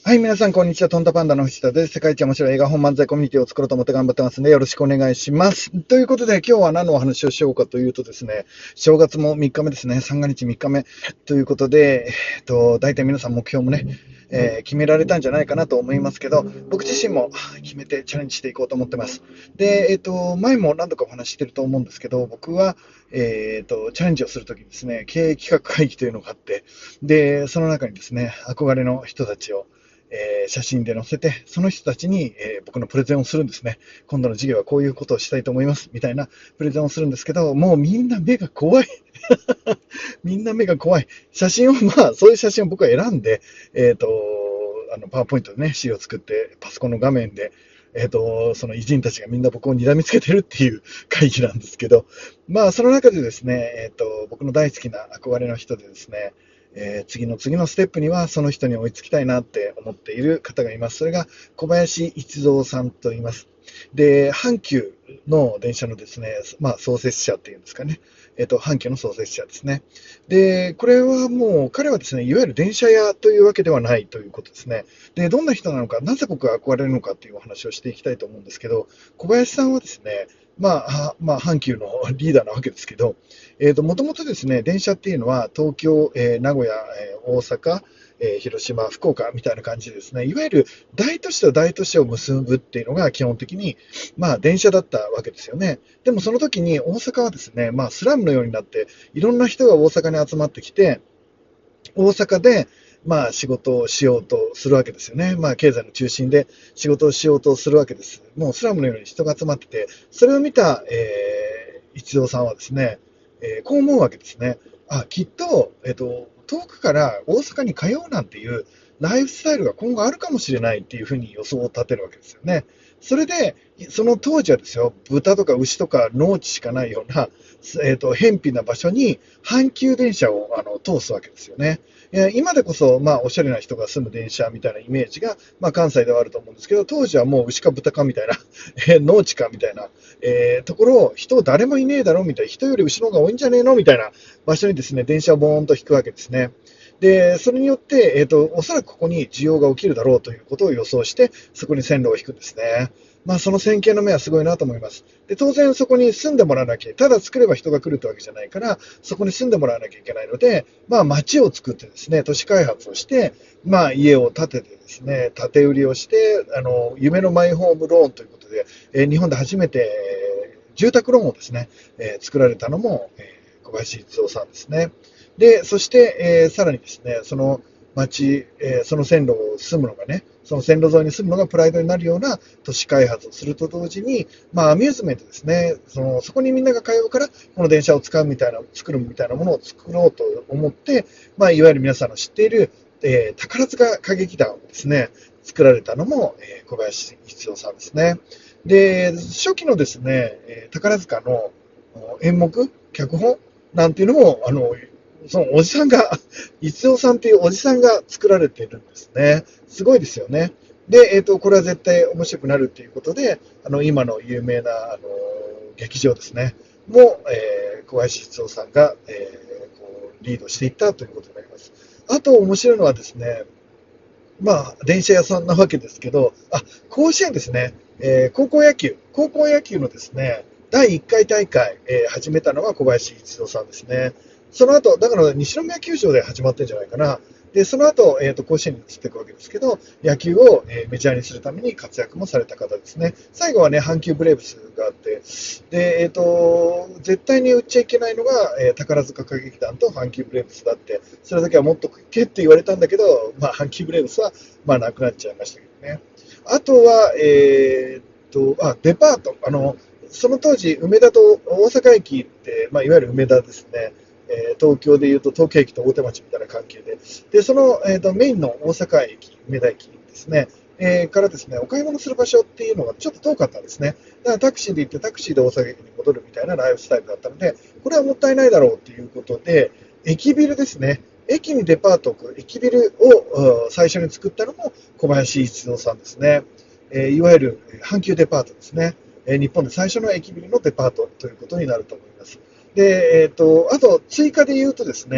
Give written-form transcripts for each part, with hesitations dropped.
はい、皆さん、こんにちは。トンタパンダの藤田です。世界一面白い映画本漫才コミュニティを作ろうと思って頑張ってますので、よろしくお願いします。ということで、今日は何のお話をしようかというとですね、正月も3日目ですね、三が日3日目ということで、大体皆さん目標もね、決められたんじゃないかなと思いますけど、僕自身も決めてチャレンジしていこうと思ってます。で、前も何度かお話ししてると思うんですけど、僕は、チャレンジをするときにですね、経営企画会議というのがあって、で、その中にですね、憧れの人たちを写真で載せて、その人たちに、僕のプレゼンをするんですね。今度の授業はこういうことをしたいと思います。みたいなプレゼンをするんですけど、もうみんな目が怖い。みんな目が怖い。写真を、そういう写真を僕は選んで、パワーポイントでね、資料を作って、パソコンの画面で、その偉人たちがみんな僕を睨みつけてるっていう会議なんですけど、その中でですね、僕の大好きな憧れの人でですね、次の次のステップにはその人に追いつきたいなって思っている方がいます。それが小林一三さんと言います。で、阪急の電車のですね、創設者っていうんですかね。阪急の創設者ですね。で、これはもう彼はですね、いわゆる電車屋というわけではないということですね。で、どんな人なのか、なぜ僕が憧れるのかというお話をしていきたいと思うんですけど、小林さんはですね、阪急のリーダーなわけですけど、もともとですね、電車っていうのは東京、名古屋、大阪、広島、福岡みたいな感じでですね、いわゆる大都市と大都市を結ぶっていうのが基本的に、電車だったわけですよね。でもその時に大阪はですね、スラムのようになって、いろんな人が大阪に集まってきて、大阪で、仕事をしようとするわけですよね。経済の中心で仕事をしようとするわけです。もうスラムのように人が集まってて、それを見た、一郎さんはですね、こう思うわけですね。きっと、遠くから大阪に通うなんていうライフスタイルが今後あるかもしれないっていうふうに予想を立てるわけですよね。それで、その当時はですよ、豚とか牛とか農地しかないような、偏僻な場所に阪急電車を通すわけですよね。今でこそ、おしゃれな人が住む電車みたいなイメージが、関西ではあると思うんですけど、当時はもう牛か豚かみたいな、農地かみたいな、ところを、人誰もいねえだろみたいな、人より牛の方が多いんじゃねえのみたいな場所にですね、電車をボーンと引くわけですね。で、それによって、おそらくここに需要が起きるだろうということを予想して、そこに線路を引くんですね。その先見の目はすごいなと思います。で、当然そこに住んでもらわなきゃ、ただ作れば人が来るってわけじゃないから、そこに住んでもらわなきゃいけないので、街を作ってですね、都市開発をして、家を建ててですね、建て売りをして、夢のマイホームローンということで、日本で初めて、住宅ローンをですね、作られたのも、小林一三さんですね。で、そして、さらにですね、その街、その線路を進むのがね、その線路沿いに住むのがプライドになるような都市開発をすると同時に、アミューズメントですね、そこにみんなが通うから、この電車を使うみたいな、作るみたいなものを作ろうと思って、いわゆる皆さんの知っている、宝塚歌劇団をですね、作られたのも、小林一三さんですね。で、初期のですね、宝塚の演目、脚本なんていうのも、そのおじさんが、一夫さんっていうおじさんが作られているんですね。すごいですよね。で、これは絶対面白くなるということで、今の有名な、劇場ですね、も、小林一夫さんが、こうリードしていったということになります。あと面白いのはですね、電車屋さんなわけですけど、甲子園ですね、高校野球のですね、第1回大会、始めたのが小林一三さんですね。その後、だから西宮球場で始まってるんじゃないかな。で、その後、甲子園に移っていくわけですけど、野球を、メジャーにするために活躍もされた方ですね。最後はね、阪急ブレーブスがあって、で、絶対に売っちゃいけないのが、宝塚歌劇団と阪急ブレーブスだって、それだけは持っとけって言われたんだけど、阪急ブレーブスは、なくなっちゃいましたけどね。あとは、デパート。その当時、梅田と大阪駅って、いわゆる梅田ですね。東京でいうと東京駅と大手町みたいな関係で、でその、メインの大阪駅、梅田駅ですね、からですね、お買い物する場所っていうのがちょっと遠かったんですね。だからタクシーで行ってタクシーで大阪駅に戻るみたいなライフスタイルだったので、これはもったいないだろうということで、駅ビルですね。駅にデパートを置く駅ビルを最初に作ったのも小林一三さんですね。いわゆる阪急デパートですね。日本で最初の駅ビルのデパートということになると思います。で、あと追加で言うとですね、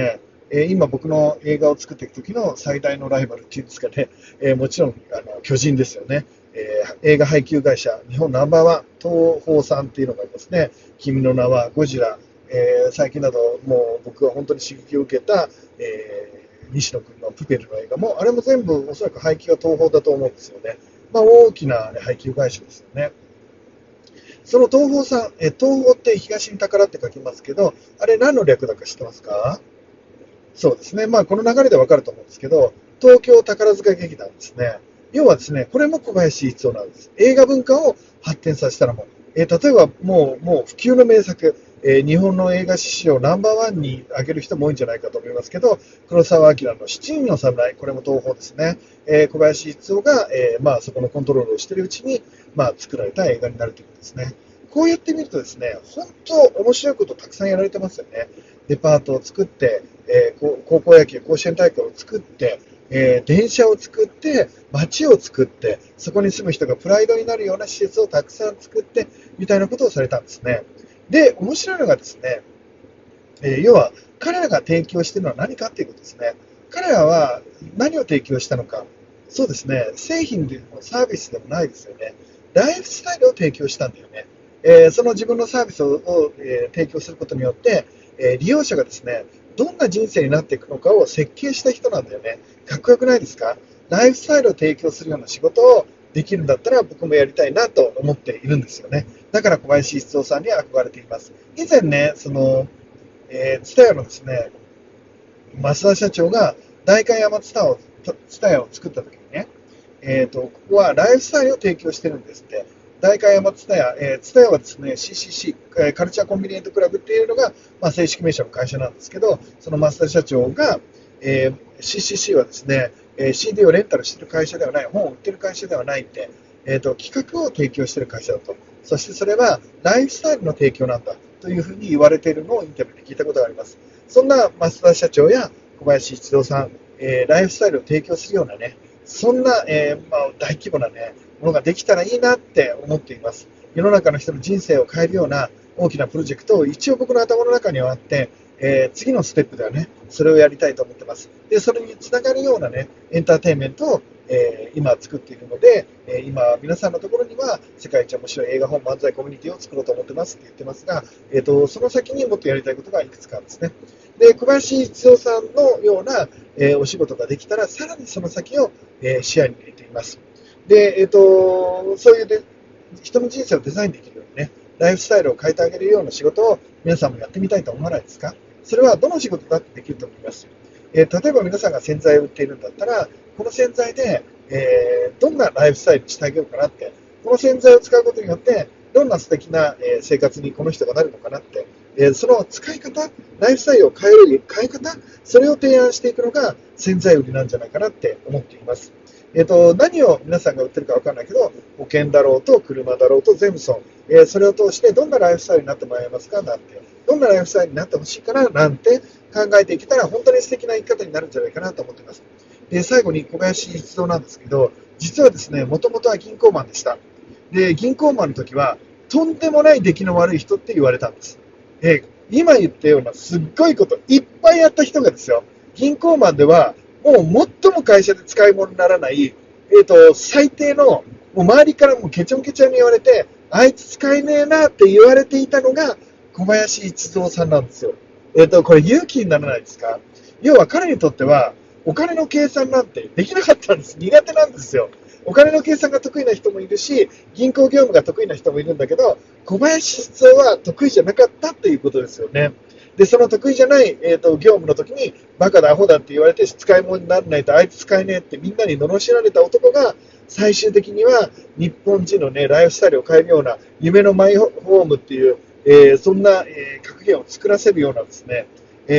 今僕の映画を作っていく時の最大のライバルっていうんですかね、もちろん巨人ですよね。映画配給会社、日本ナンバーワン、東宝さんっていうのがありますね。君の名は、ゴジラ、最近だともう僕が本当に刺激を受けた、西野君のプペルの映画も、あれも全部おそらく配給は東宝だと思うんですよね。まあ、大きな、ね、配給会社ですよね。その東宝さん、東宝って東に宝って書きますけど、あれ何の略だか知ってますか？そうですね。まあ、この流れでわかると思うんですけど、東京宝塚劇団ですね。要はですね、これも小林一夫なんです。映画文化を発展させたらもう、例えばもう不朽の名作、日本の映画史上ナンバーワンに挙げる人も多いんじゃないかと思いますけど、黒澤明の七人の侍、これも東宝ですね。小林一夫が、まあ、そこのコントロールをしているうちに、まあ、作られた映画になるということですね。こうやってみるとですね、本当面白いことたくさんやられてますよね。デパートを作って、高校野球甲子園大会を作って、電車を作って、街を作って、そこに住む人がプライドになるような施設をたくさん作って、みたいなことをされたんですね。で、面白いのがですね、要は彼らが提供しているのは何かっていうことですね。彼らは何を提供したのか。そうですね、製品でもサービスでもないですよね。ライフスタイルを提供したんだよね。その自分のサービスを提供することによって、利用者がですね、どんな人生になっていくのかを設計した人なんだよね。かっこよくないですか？ライフスタイルを提供するような仕事をできるんだったら僕もやりたいなと思っているんですよね。だから小林一夫さんに憧れています。以前ね、ツタヤのですね、増田社長が代官山ツタヤを作った時にね、ここはライフスタイルを提供してるんですって。代官山ツタヤ、ツタヤはですね、CCC、カルチャーコンビニエントクラブっていうのが、まあ、正式名称の会社なんですけど、その増田社長が、CCC はですね、CD をレンタルしている会社ではない、本を売っている会社ではないって、企画を提供している会社だと。そしてそれはライフスタイルの提供なんだというふうに言われているのをインタビューで聞いたことがあります。そんな増田社長や小林一郎さん、ライフスタイルを提供するようなね、そんな、まあ、大規模なね、ものができたらいいなって思っています。世の中の人の人生を変えるような大きなプロジェクトを一応僕の頭の中にはあって、次のステップではね、それをやりたいと思ってます。で、それにつながるようなね、エンターテインメントを、今作っているので、今皆さんのところには世界一面白い映画本漫才コミュニティを作ろうと思ってますって言ってますが、その先にもっとやりたいことがいくつかあるんですね。で、小林一夫さんのような、お仕事ができたら、さらにその先を、視野に入れています。で、そういうで人の人生をデザインできるようにね、ライフスタイルを変えてあげるような仕事を皆さんもやってみたいと思わないですか？それはどの仕事だってできると思います。例えば皆さんが洗剤を売っているんだったら、この洗剤で、どんなライフスタイルにしてあげようかなって、この洗剤を使うことによって、どんな素敵な、生活にこの人がなるのかなって、その使い方、ライフスタイルを変え方、それを提案していくのが洗剤売りなんじゃないかなって思っています。何を皆さんが売ってるか分からないけど、保険だろうと車だろうと全部そう、それを通してどんなライフスタイルになってもらえますかなんて、どんなライフスタイルになってほしいかななんて考えていけたら本当に素敵な生き方になるんじゃないかなと思っています。で、最後に小林一郎なんですけど、実はですね、もともとは銀行マンでした。で、銀行マンの時は、とんでもない出来の悪い人って言われたんです。今言ったようなすっごいこといっぱいやった人がですよ、銀行マンではもう最も会社で使い物にならない、最低の、もう周りからもケチョンケチョンに言われて、あいつ使えねえなって言われていたのが小林一三さんなんですよ。これ勇気にならないですか？要は彼にとっては、お金の計算なんてできなかったんです。苦手なんですよ。お金の計算が得意な人もいるし、銀行業務が得意な人もいるんだけど、小林一三は得意じゃなかったっていうことですよね。で、その得意じゃない、業務の時に、バカだ、アホだって言われて、使い物にならないと、あいつ使えねえってみんなに罵られた男が、最終的には日本人のね、ライフスタイルを変えるような、夢のマイホームっていう、そんな、格言を作らせるようなですね、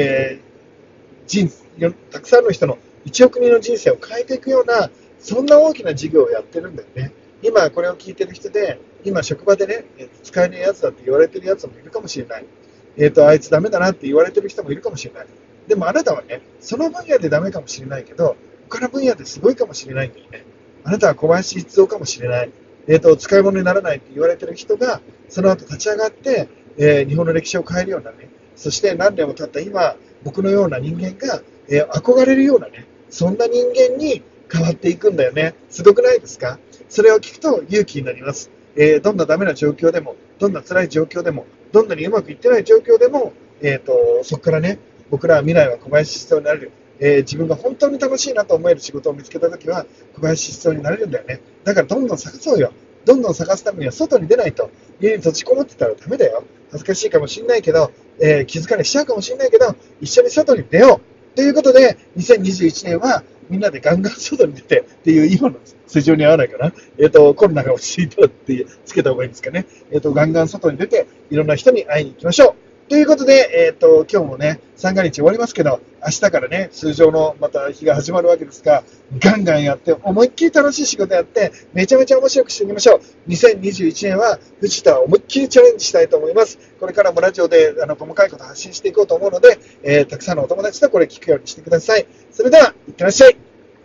たくさんの人の1億人の人生を変えていくような、そんな大きな事業をやってるんだよね。今これを聞いてる人で、今職場でね、使えねえやつだって言われてるやつもいるかもしれない。あいつダメだなって言われてる人もいるかもしれない。でもあなたはね、その分野でダメかもしれないけど、他の分野ですごいかもしれないんだよね。あなたは小林一三かもしれない。使い物にならないって言われてる人が、その後立ち上がって、日本の歴史を変えるようなね、そして何年も経った今、 僕のような人間が、憧れるようなね、そんな人間に変わっていくんだよね。すごくないですか？それを聞くと勇気になります。どんなダメな状況でも、どんな辛い状況でも、どんなにうまくいってない状況でも、そこからね、僕らは未来は小林室長になれる。自分が本当に楽しいなと思える仕事を見つけたときは、小林室長になれるんだよね。だからどんどん探そうよ。どんどん探すためには外に出ないと。家に閉じこもってたらダメだよ。恥ずかしいかもしれないけど、気づかれしちゃうかもしれないけど、一緒に外に出よう。ということで、2021年はみんなでガンガン外に出てっていう今の世情に合わないかな。コロナが落ち着いたってつけた方がいいんですかね。ガンガン外に出て、いろんな人に会いに行きましょう。ということで、今日もね、三が日終わりますけど、明日からね、通常のまた日が始まるわけですが、ガンガンやって、思いっきり楽しい仕事やって、めちゃめちゃ面白くしていきましょう。2021年は、藤田は思いっきりチャレンジしたいと思います。これからもラジオで細かいこと発信していこうと思うので、たくさんのお友達とこれ聞くようにしてください。それでは、いってらっしゃい。